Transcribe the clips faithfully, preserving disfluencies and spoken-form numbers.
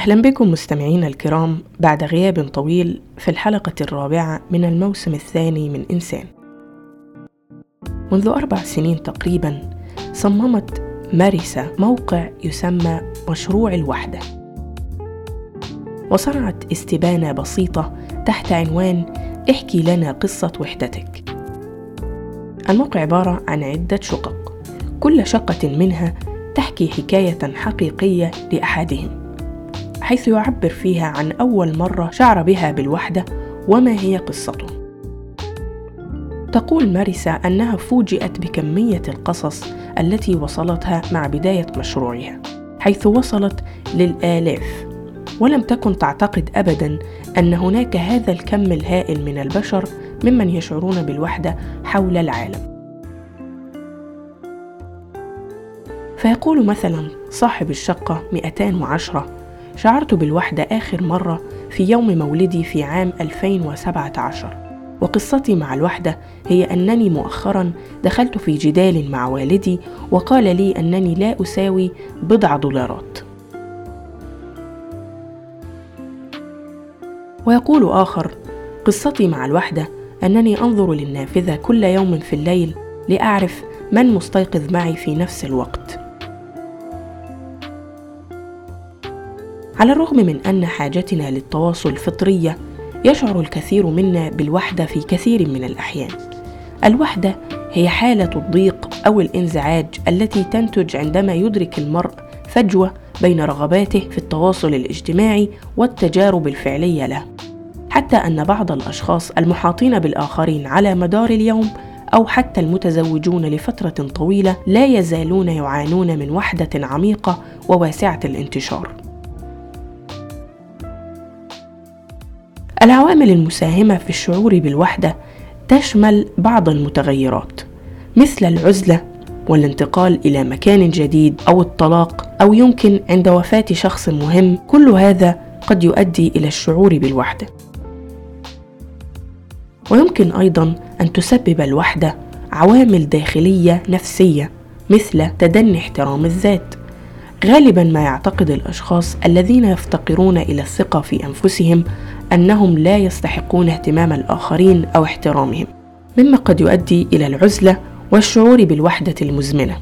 أهلا بكم مستمعين الكرام بعد غياب طويل في الحلقة الرابعة من الموسم الثاني من إنسان. منذ أربع سنين تقريبا صممت ماريسا موقع يسمى مشروع الوحدة، وصنعت استبانة بسيطة تحت عنوان احكي لنا قصة وحدتك. الموقع عبارة عن عدة شقق، كل شقة منها تحكي حكاية حقيقية لأحدهم، حيث يعبر فيها عن أول مرة شعر بها بالوحدة وما هي قصته. تقول ماريسا أنها فوجئت بكمية القصص التي وصلتها مع بداية مشروعها، حيث وصلت للآلاف، ولم تكن تعتقد أبداً أن هناك هذا الكم الهائل من البشر ممن يشعرون بالوحدة حول العالم. فيقول مثلاً صاحب الشقة مئتين وعشرة: شعرت بالوحدة آخر مرة في يوم مولدي في عام ألفين وسبعة عشر، وقصتي مع الوحدة هي أنني مؤخراً دخلت في جدال مع والدي وقال لي أنني لا أساوي بضع دولارات. ويقول آخر: قصتي مع الوحدة أنني أنظر للنافذة كل يوم في الليل لأعرف من مستيقظ معي في نفس الوقت. على الرغم من أن حاجتنا للتواصل فطرية، يشعر الكثير منا بالوحدة في كثير من الأحيان. الوحدة هي حالة الضيق أو الانزعاج التي تنتج عندما يدرك المرء فجوة بين رغباته في التواصل الاجتماعي والتجارب الفعلية له، حتى أن بعض الأشخاص المحاطين بالآخرين على مدار اليوم أو حتى المتزوجون لفترة طويلة لا يزالون يعانون من وحدة عميقة وواسعة الانتشار. العوامل المساهمة في الشعور بالوحدة تشمل بعض المتغيرات، مثل العزلة والانتقال إلى مكان جديد أو الطلاق، أو يمكن عند وفاة شخص مهم. كل هذا قد يؤدي إلى الشعور بالوحدة. ويمكن أيضاً أن تسبب الوحدة عوامل داخلية نفسية، مثل تدني احترام الذات. غالباً ما يعتقد الأشخاص الذين يفتقرون إلى الثقة في أنفسهم أنهم لا يستحقون اهتمام الآخرين أو احترامهم، مما قد يؤدي إلى العزلة والشعور بالوحدة المزمنة.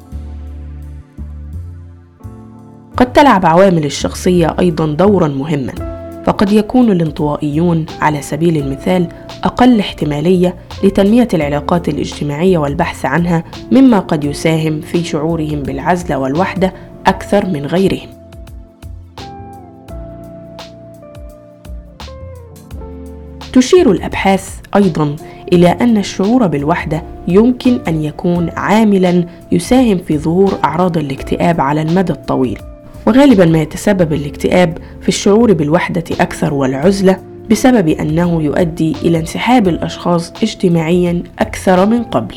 قد تلعب عوامل الشخصية أيضاً دوراً مهماً، فقد يكون الانطوائيون على سبيل المثال أقل احتمالية لتنمية العلاقات الاجتماعية والبحث عنها، مما قد يساهم في شعورهم بالعزلة والوحدة أكثر من غيرهم. تشير الأبحاث أيضاً إلى أن الشعور بالوحدة يمكن أن يكون عاملاً يساهم في ظهور أعراض الاكتئاب على المدى الطويل، وغالباً ما يتسبب الاكتئاب في الشعور بالوحدة أكثر والعزلة بسبب أنه يؤدي إلى انسحاب الأشخاص اجتماعياً أكثر من قبل.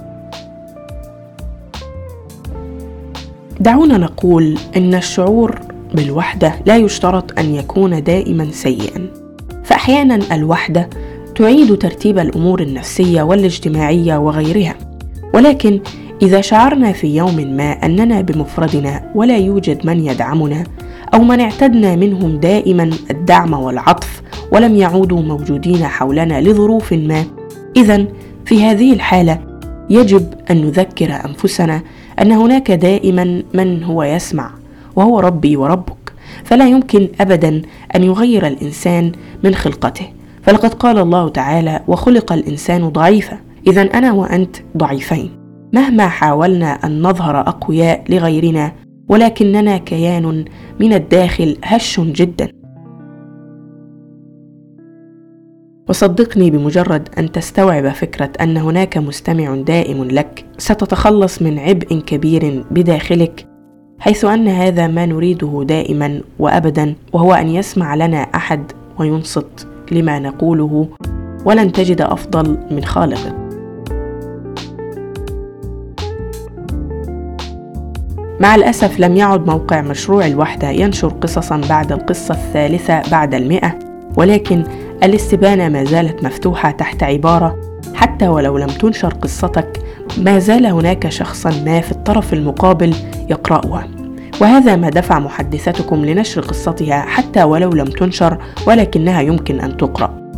دعونا نقول إن الشعور بالوحدة لا يشترط أن يكون دائماً سيئاً، فأحياناً الوحدة تعيد ترتيب الأمور النفسية والاجتماعية وغيرها. ولكن إذا شعرنا في يوم ما أننا بمفردنا ولا يوجد من يدعمنا، أو من اعتدنا منهم دائما الدعم والعطف ولم يعودوا موجودين حولنا لظروف ما، إذن في هذه الحالة يجب أن نذكر أنفسنا أن هناك دائما من هو يسمع، وهو ربي وربك، فلا يمكن أبدا أن يغير الإنسان من خلقته، فلقد قال الله تعالى: وخلق الإنسان ضعيفا. إذن أنا وأنت ضعيفين مهما حاولنا أن نظهر أقوياء لغيرنا، ولكننا كيان من الداخل هش جدا. وصدقني، بمجرد أن تستوعب فكرة أن هناك مستمع دائم لك، ستتخلص من عبء كبير بداخلك، حيث أن هذا ما نريده دائما وأبدا، وهو أن يسمع لنا أحد وينصت لما نقوله، ولن تجد أفضل من خالقك. مع الأسف لم يعد موقع مشروع الوحدة ينشر قصصا بعد القصة الثالثة بعد المئة، ولكن الاستبانة ما زالت مفتوحة تحت عبارة: حتى ولو لم تنشر قصتك ما زال هناك شخصا ما في الطرف المقابل يقرأها. وهذا ما دفع محدثتكم لنشر قصتها حتى ولو لم تنشر، ولكنها يمكن أن تقرأ.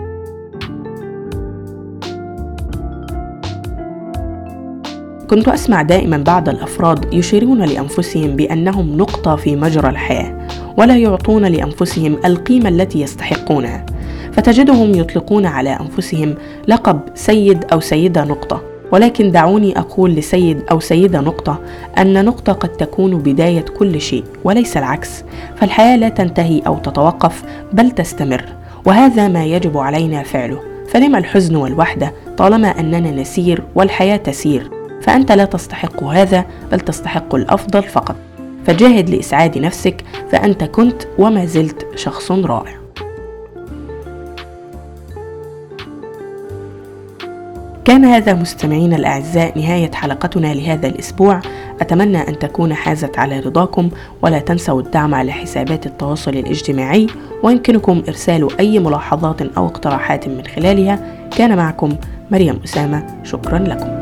كنت أسمع دائما بعض الأفراد يشيرون لأنفسهم بأنهم نقطة في مجرى الحياة، ولا يعطون لأنفسهم القيمة التي يستحقونها، فتجدهم يطلقون على أنفسهم لقب سيد أو سيدة نقطة. ولكن دعوني أقول لسيد أو سيدة نقطة أن نقطة قد تكون بداية كل شيء وليس العكس، فالحياة لا تنتهي أو تتوقف بل تستمر، وهذا ما يجب علينا فعله. فلما الحزن والوحدة طالما أننا نسير والحياة تسير؟ فأنت لا تستحق هذا، بل تستحق الأفضل فقط. فجاهد لإسعاد نفسك، فأنت كنت وما زلت شخص رائع. كان هذا مستمعين الأعزاء نهاية حلقتنا لهذا الأسبوع. أتمنى أن تكون حازت على رضاكم، ولا تنسوا الدعم على حسابات التواصل الاجتماعي، ويمكنكم إرسال أي ملاحظات أو اقتراحات من خلالها. كان معكم مريم أسامة، شكرا لكم.